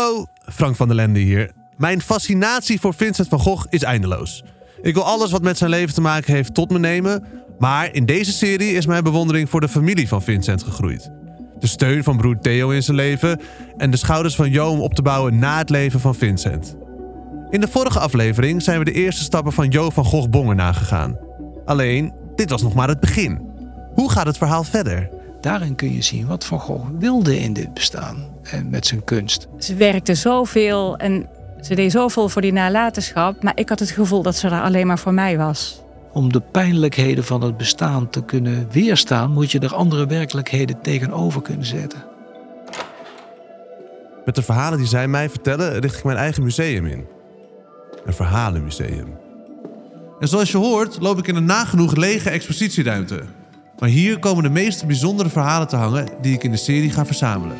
Hallo, Frank van der Lende hier. Mijn fascinatie voor Vincent van Gogh is eindeloos. Ik wil alles wat met zijn leven te maken heeft tot me nemen. Maar in deze serie is mijn bewondering voor de familie van Vincent gegroeid. De steun van broer Theo in zijn leven en de schouders van Jo om op te bouwen na het leven van Vincent. In de vorige aflevering zijn we de eerste stappen van Jo van Gogh Bonger nagegaan. Alleen, dit was nog maar het begin. Hoe gaat het verhaal verder? Daarin kun je zien wat Van Gogh wilde in dit bestaan en met zijn kunst. Ze werkte zoveel en ze deed zoveel voor die nalatenschap, maar ik had het gevoel dat ze er alleen maar voor mij was. Om de pijnlijkheden van het bestaan te kunnen weerstaan, moet je er andere werkelijkheden tegenover kunnen zetten. Met de verhalen die zij mij vertellen, richt ik mijn eigen museum in. Een verhalenmuseum. En zoals je hoort, loop ik in een nagenoeg lege expositieruimte. Maar hier komen de meest bijzondere verhalen te hangen die ik in de serie ga verzamelen.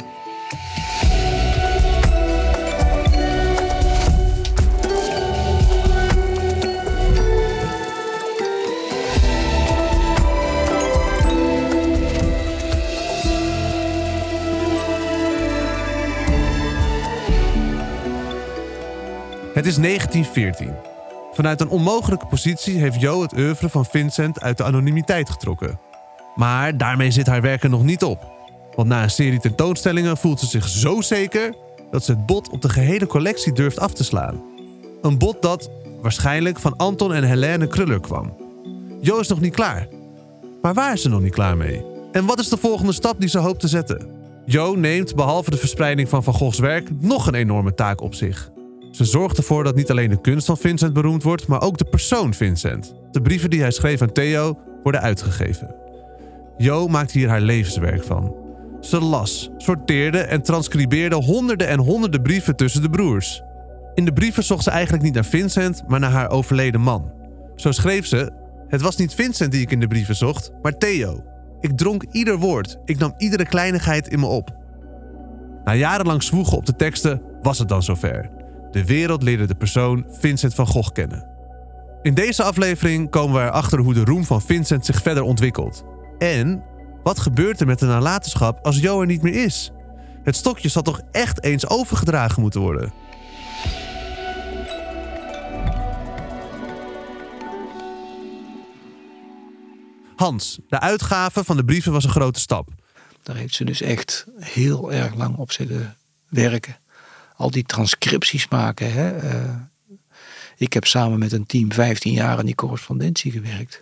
Het is 1914. Vanuit een onmogelijke positie heeft Jo het oeuvre van Vincent uit de anonimiteit getrokken. Maar daarmee zit haar werk er nog niet op. Want na een serie tentoonstellingen voelt ze zich zo zeker dat ze het bod op de gehele collectie durft af te slaan. Een bod dat waarschijnlijk van Anton en Helene Kruller kwam. Jo is nog niet klaar. Maar waar is ze nog niet klaar mee? En wat is de volgende stap die ze hoopt te zetten? Jo neemt, behalve de verspreiding van Van Goghs werk, nog een enorme taak op zich. Ze zorgt ervoor dat niet alleen de kunst van Vincent beroemd wordt, maar ook de persoon Vincent. De brieven die hij schreef aan Theo worden uitgegeven. Jo maakt hier haar levenswerk van. Ze las, sorteerde en transcribeerde honderden en honderden brieven tussen de broers. In de brieven zocht ze eigenlijk niet naar Vincent, maar naar haar overleden man. Zo schreef ze: het was niet Vincent die ik in de brieven zocht, maar Theo. Ik dronk ieder woord, ik nam iedere kleinigheid in me op. Na jarenlang zwoegen op de teksten was het dan zover. De wereld leerde de persoon Vincent van Gogh kennen. In deze aflevering komen we erachter hoe de roem van Vincent zich verder ontwikkelt. En wat gebeurt er met de nalatenschap als Jo er niet meer is? Het stokje zal toch echt eens overgedragen moeten worden? Hans, de uitgave van de brieven was een grote stap. Daar heeft ze dus echt heel erg lang op zitten werken. Al die transcripties maken. Hè? Ik heb samen met een team 15 jaar aan die correspondentie gewerkt.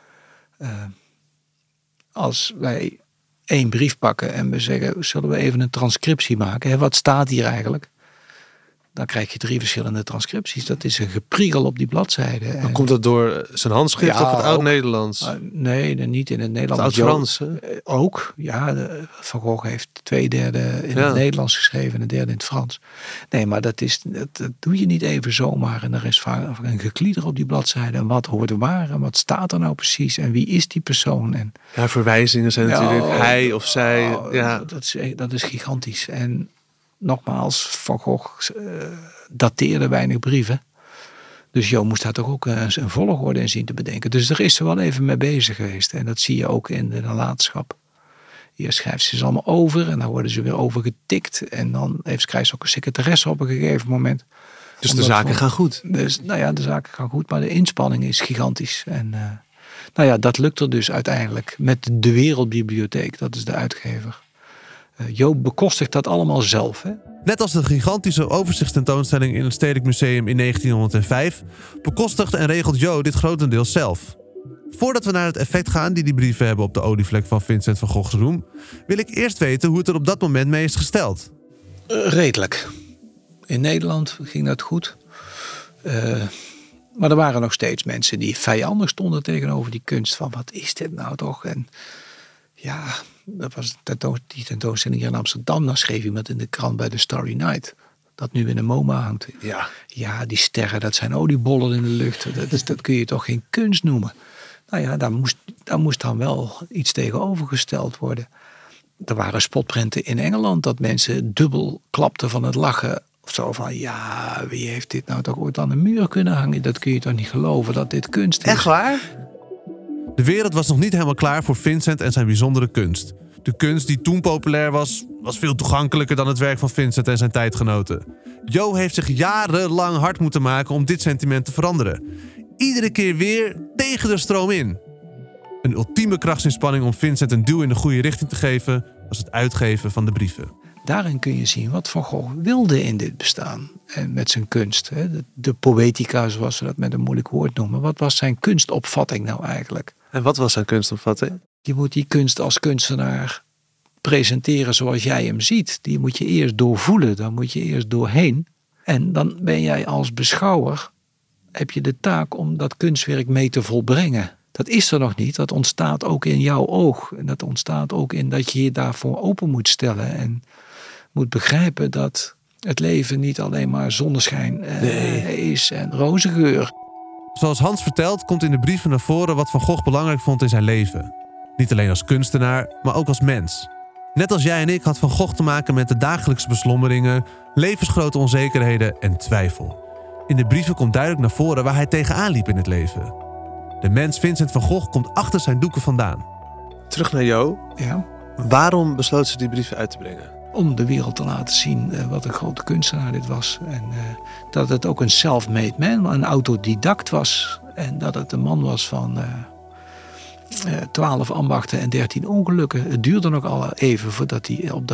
Als wij één brief pakken en we zeggen, zullen we even een transcriptie maken? Hè? Wat staat hier eigenlijk? Dan krijg je 3 verschillende transcripties. Dat is een gepriegel op die bladzijde. Dan komt dat door zijn handschrift of het Oud-Nederlands? Nee, niet in het Nederlands. Het Oud-Frans? Ook, ja. Van Gogh heeft 2/3 in het Nederlands geschreven en 1/3 in het Frans. Nee, maar dat doe je niet even zomaar. En er is vaak een geklieder op die bladzijde. En wat hoort waar en wat staat er nou precies? En wie is die persoon? En, ja, verwijzingen zijn natuurlijk hij of zij. Ja. Dat is gigantisch. En nogmaals, Van Gogh dateerde weinig brieven. Dus Jo moest daar toch ook een volgorde in zien te bedenken. Dus daar is ze wel even mee bezig geweest. En dat zie je ook in de nalatenschap. Eerst schrijft ze allemaal over en dan worden ze weer overgetikt. En dan krijgt ze ook een secretaresse op een gegeven moment. Dus de zaken gaan goed. Dus, de zaken gaan goed, maar de inspanning is gigantisch. En dat lukt er dus uiteindelijk met de Wereldbibliotheek. Dat is de uitgever. Jo bekostigt dat allemaal zelf. Hè? Net als de gigantische overzichtstentoonstelling in het Stedelijk Museum in 1905... bekostigt en regelt Jo dit grotendeels zelf. Voordat we naar het effect gaan die brieven hebben op de olievlek van Vincent van Goghs roem... wil ik eerst weten hoe het er op dat moment mee is gesteld. Redelijk. In Nederland ging dat goed. Maar er waren nog steeds mensen die vijandig stonden tegenover die kunst. Van wat is dit nou toch? En ja, dat was die tentoonstelling hier in Amsterdam. Dan schreef iemand in de krant bij de Starry Night. Dat nu in de MoMA hangt. Ja, die sterren, dat zijn oliebollen in de lucht. Dat kun je toch geen kunst noemen? Nou ja, daar moest dan wel iets tegenovergesteld worden. Er waren spotprenten in Engeland dat mensen dubbel klapten van het lachen. Of zo van, ja, wie heeft dit nou toch ooit aan de muur kunnen hangen? Dat kun je toch niet geloven dat dit kunst is? Echt waar? De wereld was nog niet helemaal klaar voor Vincent en zijn bijzondere kunst. De kunst die toen populair was, was veel toegankelijker dan het werk van Vincent en zijn tijdgenoten. Jo heeft zich jarenlang hard moeten maken om dit sentiment te veranderen. Iedere keer weer tegen de stroom in. Een ultieme krachtsinspanning om Vincent een duw in de goede richting te geven was het uitgeven van de brieven. Daarin kun je zien wat Van Gogh wilde in dit bestaan. En met zijn kunst. De poëtica, zoals we dat met een moeilijk woord noemen. Wat was zijn kunstopvatting nou eigenlijk? En wat was zijn kunstopvatting? Je moet die kunst als kunstenaar presenteren zoals jij hem ziet. Die moet je eerst doorvoelen. Dan moet je eerst doorheen. En dan ben jij als beschouwer, heb je de taak om dat kunstwerk mee te volbrengen. Dat is er nog niet. Dat ontstaat ook in jouw oog. En dat ontstaat ook in dat je je daarvoor open moet stellen. En moet begrijpen dat het leven niet alleen maar zonneschijn is en rozengeur. Zoals Hans vertelt, komt in de brieven naar voren wat Van Gogh belangrijk vond in zijn leven. Niet alleen als kunstenaar, maar ook als mens. Net als jij en ik had Van Gogh te maken met de dagelijkse beslommeringen, levensgrote onzekerheden en twijfel. In de brieven komt duidelijk naar voren waar hij tegenaan liep in het leven. De mens Vincent van Gogh komt achter zijn doeken vandaan. Terug naar Jo. Ja. Waarom besloot ze die brieven uit te brengen? Om de wereld te laten zien wat een grote kunstenaar dit was. En dat het ook een self-made man, een autodidact was. En dat het een man was van 12 ambachten en 13 ongelukken. Het duurde nog al even voordat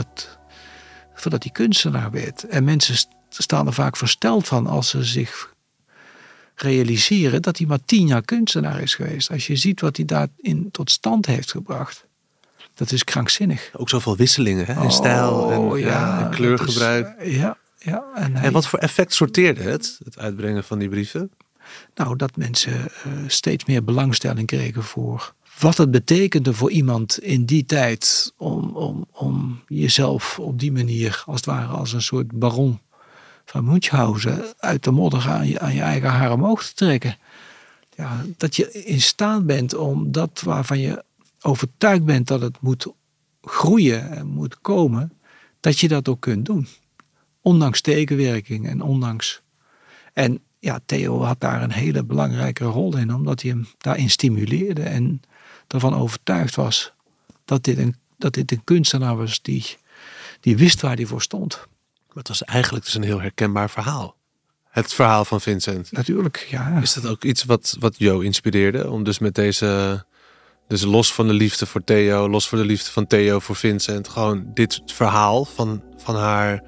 hij kunstenaar werd. En mensen staan er vaak versteld van als ze zich realiseren dat hij maar 10 jaar kunstenaar is geweest. Als je ziet wat hij daarin tot stand heeft gebracht. Dat is krankzinnig. Ook zoveel wisselingen hè? In stijl en kleurgebruik. Ja. En wat voor effect sorteerde het uitbrengen van die brieven? Nou, dat mensen steeds meer belangstelling kregen voor wat het betekende voor iemand in die tijd om jezelf op die manier, als het ware als een soort baron van Munchausen, uit de modder aan je eigen haar omhoog te trekken. Ja, dat je in staat bent om dat waarvan je overtuigd bent dat het moet groeien en moet komen, dat je dat ook kunt doen. Ondanks tegenwerking en ondanks. En ja, Theo had daar een hele belangrijke rol in, omdat hij hem daarin stimuleerde en ervan overtuigd was dat dit een kunstenaar was die wist waar hij voor stond. Maar het was eigenlijk dus een heel herkenbaar verhaal. Het verhaal van Vincent. Natuurlijk, ja. Is dat ook iets wat Jo inspireerde? Om dus met deze, dus los van de liefde voor Theo, los van de liefde van Theo voor Vincent, gewoon dit verhaal van haar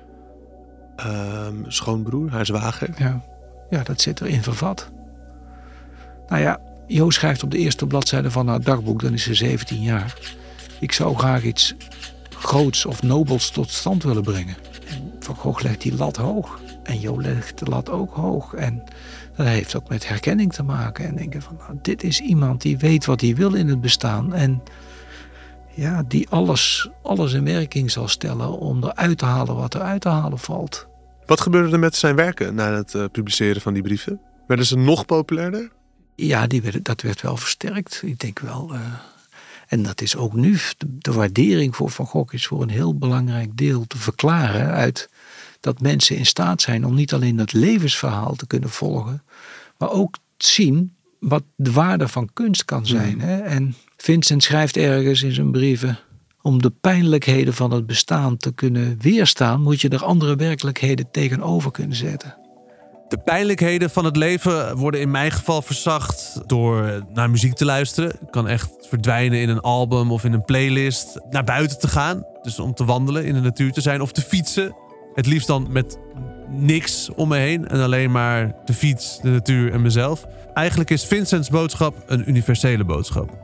schoonbroer, haar zwager. Ja, dat zit erin vervat. Nou ja, Jo schrijft op de eerste bladzijde van haar dagboek, dan is ze 17 jaar. Ik zou graag iets groots of nobels tot stand willen brengen. En Van Gogh legt die lat hoog. En Jo legt de lat ook hoog. En dat heeft ook met herkenning te maken. En denken van, nou, dit is iemand die weet wat hij wil in het bestaan. En ja, die alles in werking zal stellen om eruit te halen wat er uit te halen valt. Wat gebeurde er met zijn werken na het publiceren van die brieven? Werden ze nog populairder? Ja, dat werd wel versterkt. Ik denk wel. En dat is ook nu. De waardering voor Van Gogh is voor een heel belangrijk deel te verklaren uit dat mensen in staat zijn om niet alleen het levensverhaal te kunnen volgen, maar ook zien wat de waarde van kunst kan zijn. Hè? En Vincent schrijft ergens in zijn brieven, om de pijnlijkheden van het bestaan te kunnen weerstaan, moet je er andere werkelijkheden tegenover kunnen zetten. De pijnlijkheden van het leven worden in mijn geval verzacht door naar muziek te luisteren. Ik kan echt verdwijnen in een album of in een playlist. Naar buiten te gaan, dus om te wandelen, in de natuur te zijn of te fietsen. Het liefst dan met niks om me heen en alleen maar de fiets, de natuur en mezelf. Eigenlijk is Vincents boodschap een universele boodschap.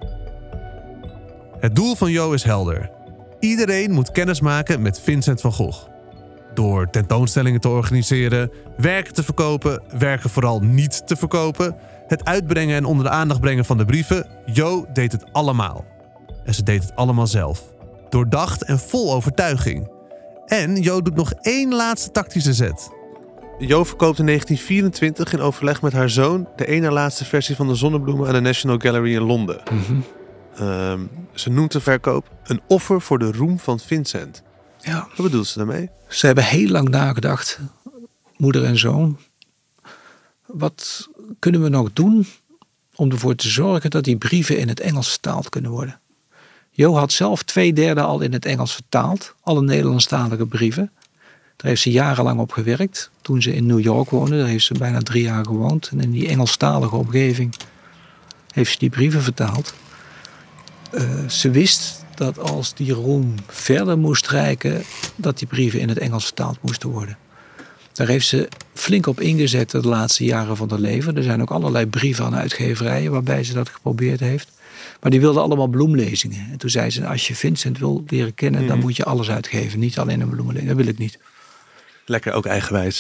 Het doel van Jo is helder. Iedereen moet kennis maken met Vincent van Gogh. Door tentoonstellingen te organiseren, werken te verkopen, werken vooral niet te verkopen, het uitbrengen en onder de aandacht brengen van de brieven. Jo deed het allemaal. En ze deed het allemaal zelf. Doordacht en vol overtuiging. En Jo doet nog 1 laatste tactische zet. Jo verkoopt in 1924 in overleg met haar zoon de 1 na laatste versie van de Zonnebloemen aan de National Gallery in Londen. Ze noemt de verkoop een offer voor de roem van Vincent. Ja. Wat bedoelt ze daarmee? Ze hebben heel lang nagedacht, moeder en zoon. Wat kunnen we nog doen om ervoor te zorgen dat die brieven in het Engels vertaald kunnen worden? Jo had zelf 2/3 al in het Engels vertaald. Alle Nederlandstalige brieven. Daar heeft ze jarenlang op gewerkt. Toen ze in New York woonde, daar heeft ze bijna 3 jaar gewoond. En in die Engelstalige omgeving heeft ze die brieven vertaald. Ze wist dat als die roem verder moest reiken, dat die brieven in het Engels vertaald moesten worden. Daar heeft ze flink op ingezet de laatste jaren van haar leven. Er zijn ook allerlei brieven aan uitgeverijen waarbij ze dat geprobeerd heeft. Maar die wilden allemaal bloemlezingen. En toen zei ze, als je Vincent wil leren kennen, dan moet je alles uitgeven. Niet alleen een bloemlezing. Dat wil ik niet. Lekker ook eigenwijs.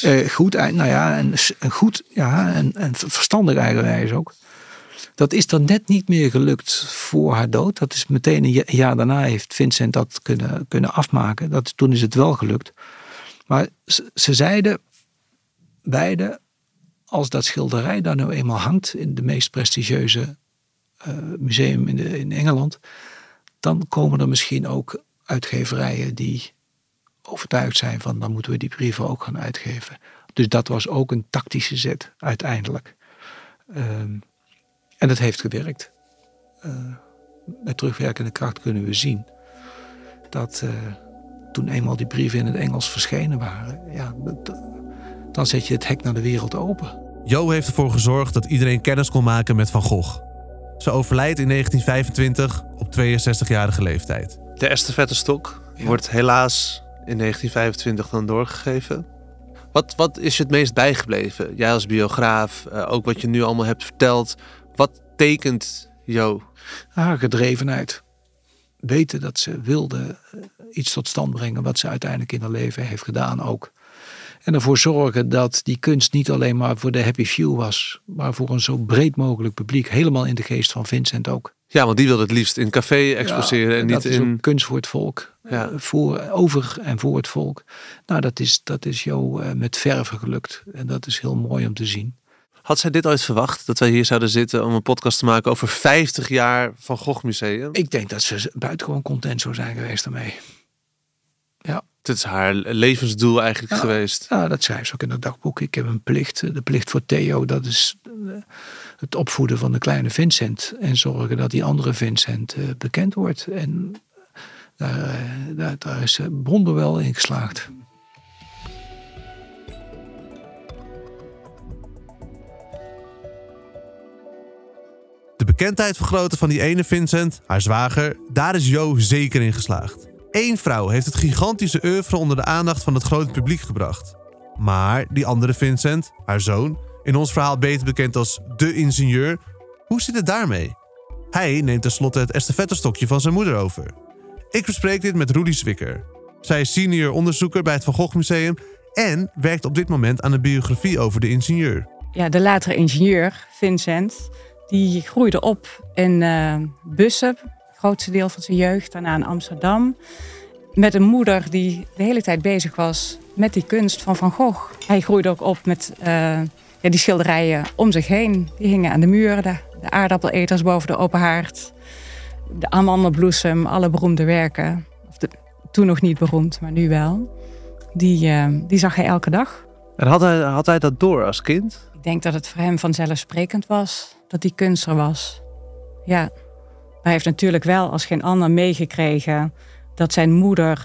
En verstandig eigenwijs ook. Dat is dan net niet meer gelukt voor haar dood. Dat is meteen een jaar daarna heeft Vincent dat kunnen afmaken. Toen is het wel gelukt. Maar ze zeiden beide, als dat schilderij daar nou eenmaal hangt in de meest prestigieuze museum in Engeland, dan komen er misschien ook uitgeverijen die overtuigd zijn van dan moeten we die brieven ook gaan uitgeven. Dus dat was ook een tactische zet uiteindelijk. En dat heeft gewerkt. Met terugwerkende kracht kunnen we zien dat toen eenmaal die brieven in het Engels verschenen waren, dan zet je het hek naar de wereld open. Jo heeft ervoor gezorgd dat iedereen kennis kon maken met Van Gogh. Ze overlijdt in 1925 op 62-jarige leeftijd. De estafettestok wordt helaas in 1925 dan doorgegeven. Wat is je het meest bijgebleven? Jij als biograaf, ook wat je nu allemaal hebt verteld. Wat tekent Jo? Haar gedrevenheid. Weten dat ze wilde iets tot stand brengen wat ze uiteindelijk in haar leven heeft gedaan ook. En ervoor zorgen dat die kunst niet alleen maar voor de happy few was, maar voor een zo breed mogelijk publiek. Helemaal in de geest van Vincent ook. Ja, want die wilde het liefst in café exposeren en niet dat is ook kunst voor het volk. Ja. Over en voor het volk. Nou, dat is Jo met verve gelukt. En dat is heel mooi om te zien. Had zij dit ooit verwacht? Dat wij hier zouden zitten om een podcast te maken over 50 jaar Van Gogh Museum? Ik denk dat ze buitengewoon content zou zijn geweest daarmee. Ja. Dit is haar levensdoel eigenlijk geweest. Ja, dat schrijft ze ook in het dagboek. Ik heb een plicht. De plicht voor Theo, dat is het opvoeden van de kleine Vincent. En zorgen dat die andere Vincent bekend wordt. En daar is Bronder wel in geslaagd. De bekendheid vergroten van die ene Vincent, haar zwager, daar is Jo zeker in geslaagd. Eén vrouw heeft het gigantische oeuvre onder de aandacht van het grote publiek gebracht. Maar die andere Vincent, haar zoon, in ons verhaal beter bekend als de ingenieur, hoe zit het daarmee? Hij neemt tenslotte het estafettestokje van zijn moeder over. Ik bespreek dit met Rudy Zwicker. Zij is senior onderzoeker bij het Van Gogh Museum en werkt op dit moment aan een biografie over de ingenieur. Ja, de latere ingenieur, Vincent, die groeide op in Bussen, het grootste deel van zijn jeugd, daarna in Amsterdam. Met een moeder die de hele tijd bezig was met die kunst van Van Gogh. Hij groeide ook op met die schilderijen om zich heen. Die hingen aan de muren, de aardappeleters boven de open haard. De amandelbloesem, alle beroemde werken. Toen nog niet beroemd, maar nu wel. Die zag hij elke dag. En had hij dat door als kind? Ik denk dat het voor hem vanzelfsprekend was dat hij kunst er was. Ja, maar hij heeft natuurlijk wel als geen ander meegekregen dat zijn moeder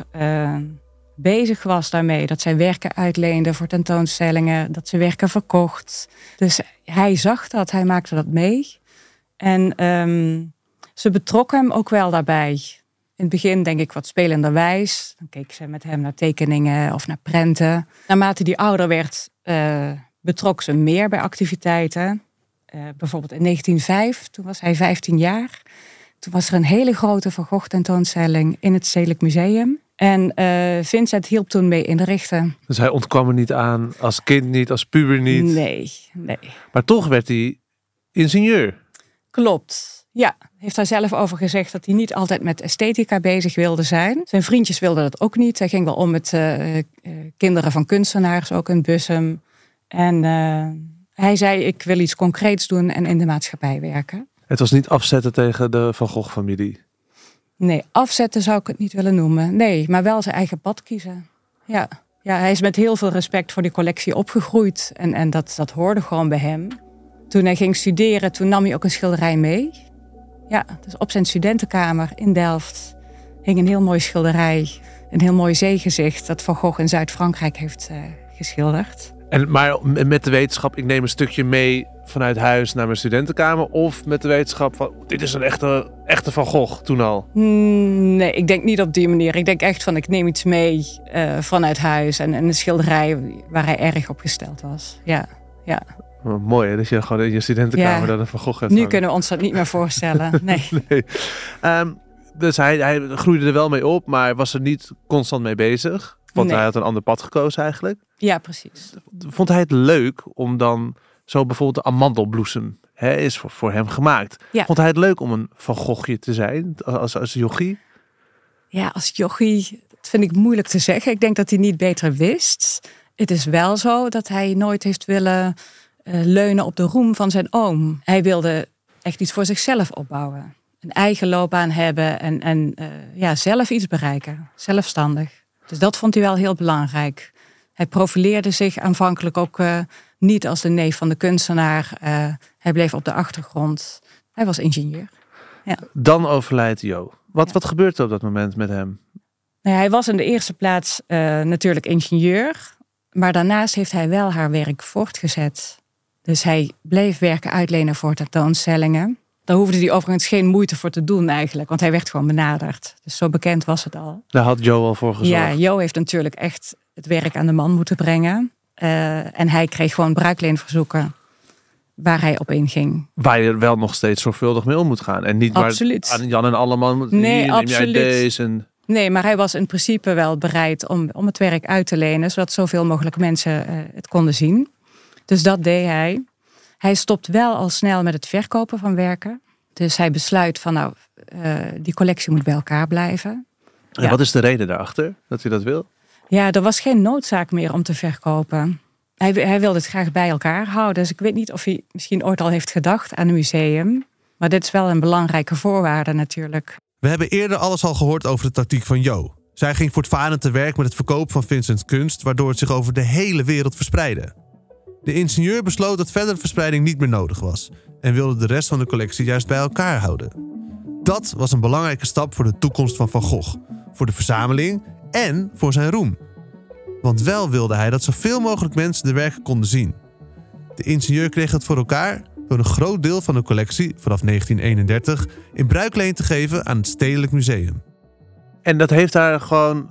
bezig was daarmee. Dat zij werken uitleende voor tentoonstellingen, dat ze werken verkocht. Dus hij zag dat, hij maakte dat mee. En ze betrok hem ook wel daarbij. In het begin denk ik wat spelenderwijs. Dan keek ze met hem naar tekeningen of naar prenten. Naarmate die ouder werd, betrok ze meer bij activiteiten. Bijvoorbeeld in 1905, toen was hij 15 jaar. Toen was er een hele grote Van Gogh tentoonstelling in het Stedelijk Museum. En Vincent hielp toen mee inrichten. Dus hij ontkwam er niet aan, als kind niet, als puber niet? Nee. Maar toch werd hij ingenieur. Klopt, ja. Heeft hij zelf over gezegd dat hij niet altijd met esthetica bezig wilde zijn. Zijn vriendjes wilden dat ook niet. Hij ging wel om met kinderen van kunstenaars, ook in Bussum. En hij zei, ik wil iets concreets doen en in de maatschappij werken. Het was niet afzetten tegen de Van Gogh-familie? Nee, afzetten zou ik het niet willen noemen. Nee, maar wel zijn eigen pad kiezen. Ja, hij is met heel veel respect voor die collectie opgegroeid. En dat hoorde gewoon bij hem. Toen hij ging studeren, toen nam hij ook een schilderij mee. Ja, dus op zijn studentenkamer in Delft hing een heel mooi schilderij. Een heel mooi zeegezicht dat Van Gogh in Zuid-Frankrijk heeft geschilderd. Maar met de wetenschap, ik neem een stukje mee vanuit huis naar mijn studentenkamer. Of met de wetenschap van, dit is een echte Van Gogh toen al. Nee, ik denk niet op die manier. Ik denk echt van, ik neem iets mee vanuit huis. En een schilderij waar hij erg op gesteld was. Ja. Oh, mooi hè, dat je gewoon in je studentenkamer dan een Van Gogh hebt. Nu kunnen we ons dat niet meer voorstellen. Nee. Nee. Dus hij groeide er wel mee op, maar was er niet constant mee bezig. Want hij had een ander pad gekozen eigenlijk. Ja, precies. Vond hij het leuk om dan zo bijvoorbeeld de amandelbloesem is voor hem gemaakt. Ja. Vond hij het leuk om een Van Goghje te zijn als jochie? Ja, als jochie, dat vind ik moeilijk te zeggen. Ik denk dat hij niet beter wist. Het is wel zo dat hij nooit heeft willen leunen op de roem van zijn oom. Hij wilde echt iets voor zichzelf opbouwen. Een eigen loopbaan hebben en zelf iets bereiken. Zelfstandig. Dus dat vond hij wel heel belangrijk. Hij profileerde zich aanvankelijk ook niet als de neef van de kunstenaar. Hij bleef op de achtergrond. Hij was ingenieur. Ja. Dan overlijdt Jo. Wat gebeurt er op dat moment met hem? Nou, hij was in de eerste plaats natuurlijk ingenieur. Maar daarnaast heeft hij wel haar werk voortgezet. Dus hij bleef werken uitlenen voor tentoonstellingen. Daar hoefde hij overigens geen moeite voor te doen eigenlijk. Want hij werd gewoon benaderd. Dus zo bekend was het al. Daar had Jo al voor gezorgd. Ja, Jo heeft natuurlijk echt het werk aan de man moeten brengen. En hij kreeg gewoon bruikleenverzoeken waar hij op inging. Waar je wel nog steeds zorgvuldig mee om moet gaan. En niet absoluut. Maar aan Jan en Alleman moet absoluut. Neem jij deze en... Nee, maar hij was in principe wel bereid om het werk uit te lenen. Zodat zoveel mogelijk mensen het konden zien. Dus dat deed hij. Hij stopt wel al snel met het verkopen van werken. Dus hij besluit van die collectie moet bij elkaar blijven. En wat is de reden daarachter dat hij dat wil? Ja, er was geen noodzaak meer om te verkopen. Hij wilde het graag bij elkaar houden. Dus ik weet niet of hij misschien ooit al heeft gedacht aan een museum. Maar dit is wel een belangrijke voorwaarde natuurlijk. We hebben eerder alles al gehoord over de tactiek van Jo. Zij ging voortvarend te werk met het verkopen van Vincents kunst, waardoor het zich over de hele wereld verspreidde. De ingenieur besloot dat verdere verspreiding niet meer nodig was en wilde de rest van de collectie juist bij elkaar houden. Dat was een belangrijke stap voor de toekomst van Van Gogh, voor de verzameling en voor zijn roem. Want wel wilde hij dat zoveel mogelijk mensen de werken konden zien. De ingenieur kreeg het voor elkaar door een groot deel van de collectie vanaf 1931 in bruikleen te geven aan het Stedelijk Museum. En dat heeft daar gewoon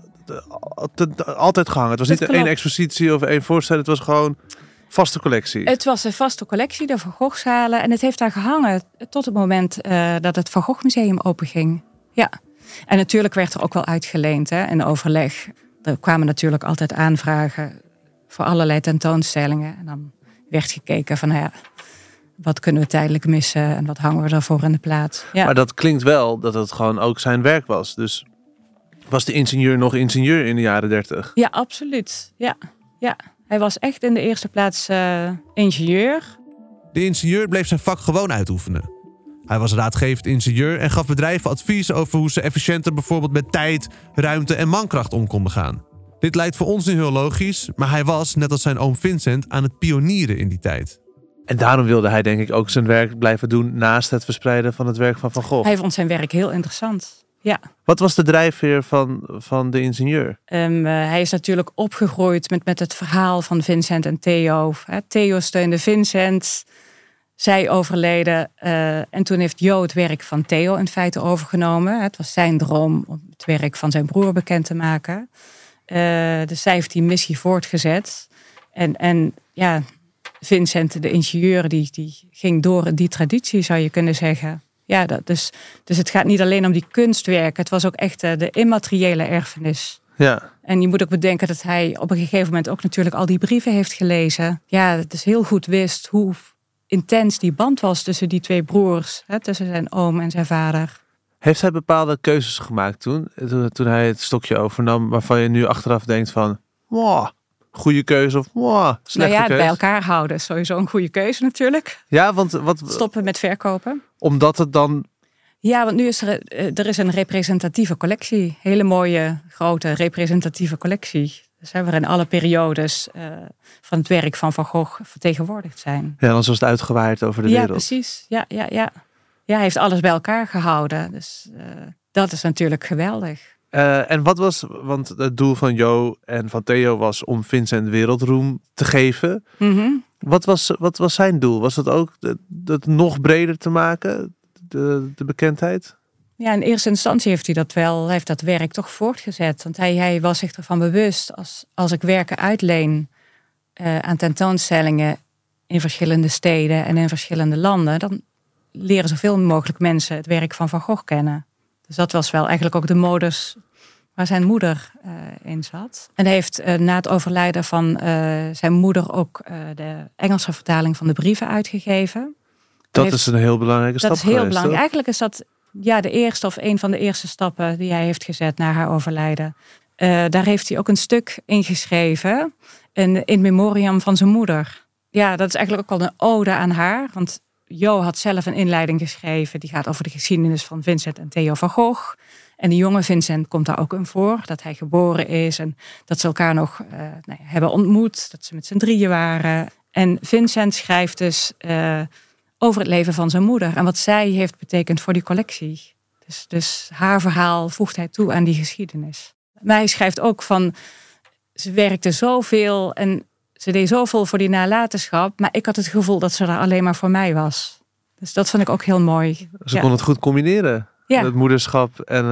altijd gehangen. Het was niet één expositie of één voorstelling, het was gewoon vaste collectie. Het was een vaste collectie, de Van Gogh-zalen. En het heeft daar gehangen tot het moment dat het Van Gogh Museum openging. Ja. En natuurlijk werd er ook wel uitgeleend in overleg. Er kwamen natuurlijk altijd aanvragen voor allerlei tentoonstellingen. En dan werd gekeken van, wat kunnen we tijdelijk missen en wat hangen we daarvoor in de plaats. Ja. Maar dat klinkt wel dat het gewoon ook zijn werk was. Dus was de ingenieur nog ingenieur in de jaren 30? Ja, absoluut. Ja. Hij was echt in de eerste plaats ingenieur. De ingenieur bleef zijn vak gewoon uitoefenen. Hij was raadgevend ingenieur en gaf bedrijven advies over hoe ze efficiënter bijvoorbeeld met tijd, ruimte en mankracht om konden gaan. Dit lijkt voor ons nu heel logisch, maar hij was, net als zijn oom Vincent, aan het pionieren in die tijd. En daarom wilde hij denk ik ook zijn werk blijven doen naast het verspreiden van het werk van Van Gogh. Hij vond zijn werk heel interessant. Ja. Wat was de drijfveer van de ingenieur? Hij is natuurlijk opgegroeid met het verhaal van Vincent en Theo. Theo steunde Vincent. Zij overleden. En toen heeft Jo het werk van Theo in feite overgenomen. Het was zijn droom om het werk van zijn broer bekend te maken. Dus zij heeft die missie voortgezet. En Vincent, de ingenieur, die ging door in die traditie, zou je kunnen zeggen. Ja, dus het gaat niet alleen om die kunstwerken. Het was ook echt de immateriële erfenis. Ja. En je moet ook bedenken dat hij op een gegeven moment ook natuurlijk al die brieven heeft gelezen. Ja, het is heel goed wist hoe intens die band was tussen die twee broers. Tussen zijn oom en zijn vader. Heeft hij bepaalde keuzes gemaakt toen hij het stokje overnam, waarvan je nu achteraf denkt van, wow, goede keuze of wow, slechte keuze? Bij elkaar houden is sowieso een goede keuze natuurlijk. Ja, want wat stoppen met verkopen. Omdat het dan... Ja, want nu is er is een representatieve collectie. Hele mooie, grote representatieve collectie. Dus waarin alle periodes van het werk van Van Gogh vertegenwoordigd zijn. Ja, dan was het uitgewaaid over de wereld. Ja, precies. Ja. hij heeft alles bij elkaar gehouden. Dus dat is natuurlijk geweldig. En wat was, want het doel van Jo en van Theo was om Vincent wereldroem te geven. Mm-hmm. Wat was zijn doel? Was dat ook dat nog breder te maken, de bekendheid? Ja, in eerste instantie heeft hij heeft dat werk toch voortgezet. Want hij was zich ervan bewust, als ik werken uitleen aan tentoonstellingen in verschillende steden en in verschillende landen, dan leren zoveel mogelijk mensen het werk van Van Gogh kennen. Dus dat was wel eigenlijk ook de modus waar zijn moeder in zat. En hij heeft na het overlijden van zijn moeder ook de Engelse vertaling van de brieven uitgegeven. Dat is een heel belangrijke stap geweest. Dat is heel belangrijk. Toch? Eigenlijk is dat de eerste of een van de eerste stappen die hij heeft gezet na haar overlijden. Daar heeft hij ook een stuk in geschreven. In memoriam van zijn moeder. Ja, dat is eigenlijk ook al een ode aan haar. Want Jo had zelf een inleiding geschreven. Die gaat over de geschiedenis van Vincent en Theo van Gogh. En die jonge Vincent komt daar ook in voor. Dat hij geboren is en dat ze elkaar nog hebben ontmoet. Dat ze met z'n drieën waren. En Vincent schrijft dus over het leven van zijn moeder. En wat zij heeft betekend voor die collectie. Dus haar verhaal voegt hij toe aan die geschiedenis. Maar hij schrijft ook van, ze werkte zoveel en ze deed zoveel voor die nalatenschap. Maar ik had het gevoel dat ze er alleen maar voor mij was. Dus dat vond ik ook heel mooi. Ze kon het goed combineren. Ja. Het moederschap en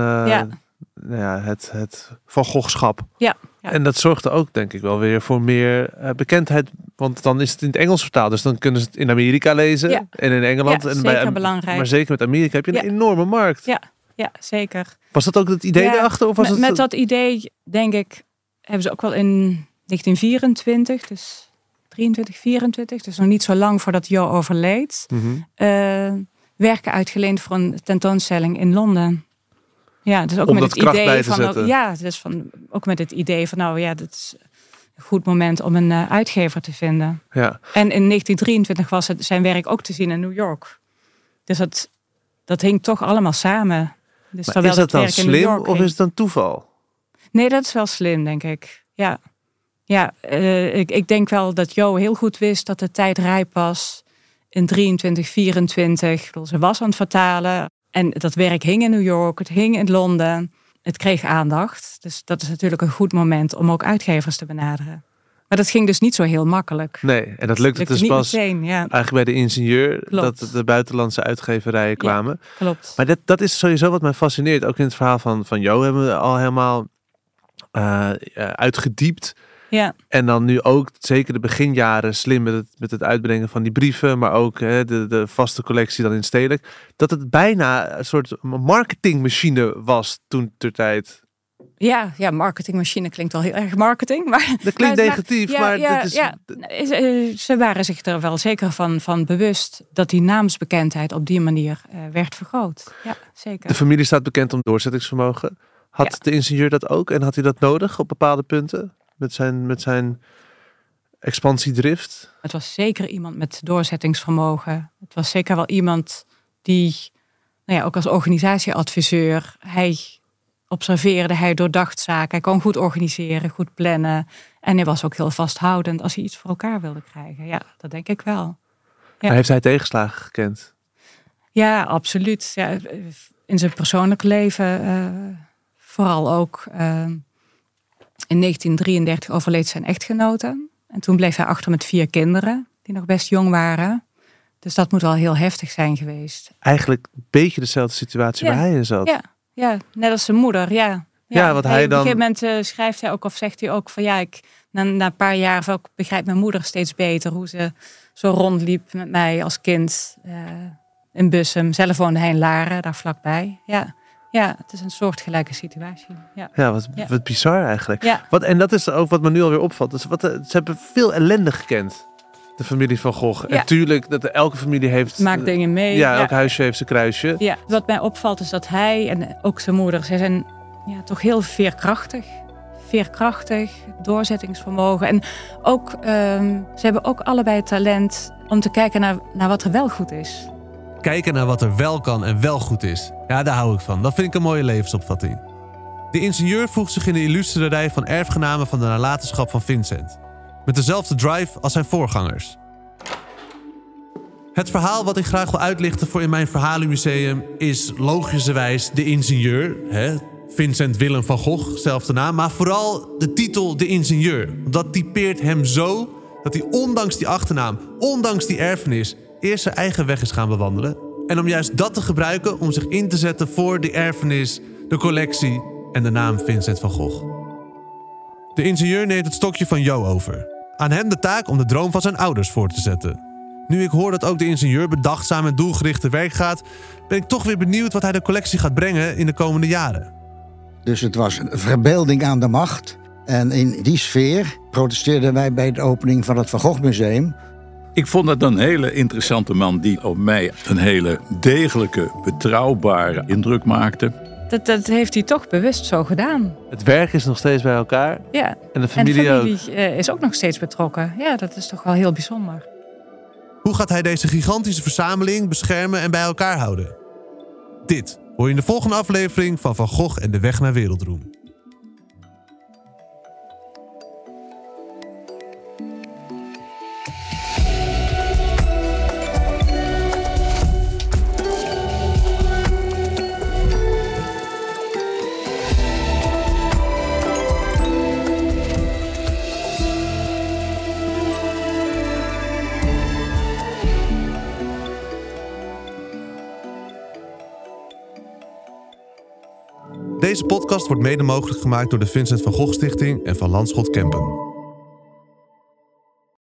het Van Goghschap. Ja. En dat zorgde ook, denk ik wel, weer voor meer bekendheid. Want dan is het in het Engels vertaald. Dus dan kunnen ze het in Amerika lezen. Ja. En in Engeland. Ja, en zeker belangrijk. Maar zeker met Amerika heb je een enorme markt. Ja, zeker. Was dat ook het idee erachter? Of was met dat idee, denk ik, hebben ze ook wel in 1924, dus 23, 24, dus nog niet zo lang voordat Jo overleed, werken uitgeleend voor een tentoonstelling in Londen. Ja, dus ook om met dat het kracht idee bij te van zetten. dus ook met het idee van dit is een goed moment om een uitgever te vinden. Ja. En in 1923 was zijn werk ook te zien in New York. Dus dat hing toch allemaal samen. Dus maar is dat dan slim of is het dan toeval? Nee, dat is wel slim, denk ik. Ja, ik denk wel dat Jo heel goed wist dat de tijd rijp was in 23, 24. Ze was aan het vertalen en dat werk hing in New York, het hing in Londen. Het kreeg aandacht, dus dat is natuurlijk een goed moment om ook uitgevers te benaderen. Maar dat ging dus niet zo heel makkelijk. Nee, en dat lukte dus niet pas meteen, eigenlijk bij de Ingenieur. Klopt. Dat de buitenlandse uitgeverijen kwamen. Ja, klopt. Maar dat is sowieso wat mij fascineert. Ook in het verhaal van Jo hebben we al helemaal uitgediept. Ja. En dan nu ook zeker de beginjaren slim met het uitbrengen van die brieven. Maar ook de vaste collectie dan in stedelijk. Dat het bijna een soort marketingmachine was toen ter tijd. Ja, marketingmachine klinkt wel heel erg marketing. Maar, dat klinkt negatief, ze waren zich er wel zeker van bewust dat die naamsbekendheid op die manier werd vergroot. Ja, zeker. De familie staat bekend om doorzettingsvermogen. Had de ingenieur dat ook en had hij dat nodig op bepaalde punten? Met zijn expansiedrift? Het was zeker iemand met doorzettingsvermogen. Het was zeker wel iemand die, ook als organisatieadviseur, hij observeerde, hij doordacht zaken. Hij kon goed organiseren, goed plannen. En hij was ook heel vasthoudend als hij iets voor elkaar wilde krijgen. Ja, dat denk ik wel. Ja. Maar heeft hij tegenslagen gekend? Ja, absoluut. Ja, in zijn persoonlijk leven vooral ook. In 1933 overleed zijn echtgenote. En toen bleef hij achter met 4 kinderen, die nog best jong waren. Dus dat moet wel heel heftig zijn geweest. Eigenlijk een beetje dezelfde situatie waar hij in zat. Ja, net als zijn moeder, Ja, wat hij dan... Op een gegeven moment schrijft hij ook of zegt hij ook van na een paar jaar begrijpt mijn moeder steeds beter hoe ze zo rondliep met mij als kind in Bussum. Zelf woonde hij in Laren, daar vlakbij. Ja, het is een soortgelijke situatie. Ja, wat bizar eigenlijk. Ja. En dat is ook wat me nu alweer opvalt. Dus ze hebben veel ellende gekend. De familie van Gogh. Ja. En tuurlijk, dat elke familie heeft... Maakt dingen mee. Ja, elk huisje heeft zijn kruisje. Ja, wat mij opvalt is dat hij en ook zijn moeder, zij zijn toch heel veerkrachtig. Veerkrachtig, doorzettingsvermogen. En ook, ze hebben ook allebei het talent om te kijken naar wat er wel goed is. Kijken naar wat er wel kan en wel goed is. Ja, daar hou ik van. Dat vind ik een mooie levensopvatting. De ingenieur voegt zich in de illustere rij van erfgenamen van de nalatenschap van Vincent. Met dezelfde drive als zijn voorgangers. Het verhaal wat ik graag wil uitlichten voor in mijn verhalenmuseum is logischerwijs de ingenieur. Vincent Willem van Gogh, zelfde naam. Maar vooral de titel De Ingenieur. Dat typeert hem zo dat hij ondanks die achternaam, ondanks die erfenis, eerst zijn eigen weg is gaan bewandelen. En om juist dat te gebruiken om zich in te zetten voor de erfenis, de collectie en de naam Vincent van Gogh. De ingenieur neemt het stokje van Jo over. Aan hem de taak om de droom van zijn ouders voor te zetten. Nu ik hoor dat ook de ingenieur bedachtzaam en doelgericht te werk gaat, ben ik toch weer benieuwd wat hij de collectie gaat brengen in de komende jaren. Dus het was een verbeelding aan de macht. En in die sfeer protesteerden wij bij de opening van het Van Gogh Museum. Ik vond het een hele interessante man die op mij een hele degelijke, betrouwbare indruk maakte. Dat heeft hij toch bewust zo gedaan. Het werk is nog steeds bij elkaar. Ja. En de familie ook. Is ook nog steeds betrokken. Ja, dat is toch wel heel bijzonder. Hoe gaat hij deze gigantische verzameling beschermen en bij elkaar houden? Dit hoor je in de volgende aflevering van Van Gogh en de weg naar wereldroem. Deze podcast wordt mede mogelijk gemaakt door de Vincent van Gogh Stichting en van Landschot Kempen.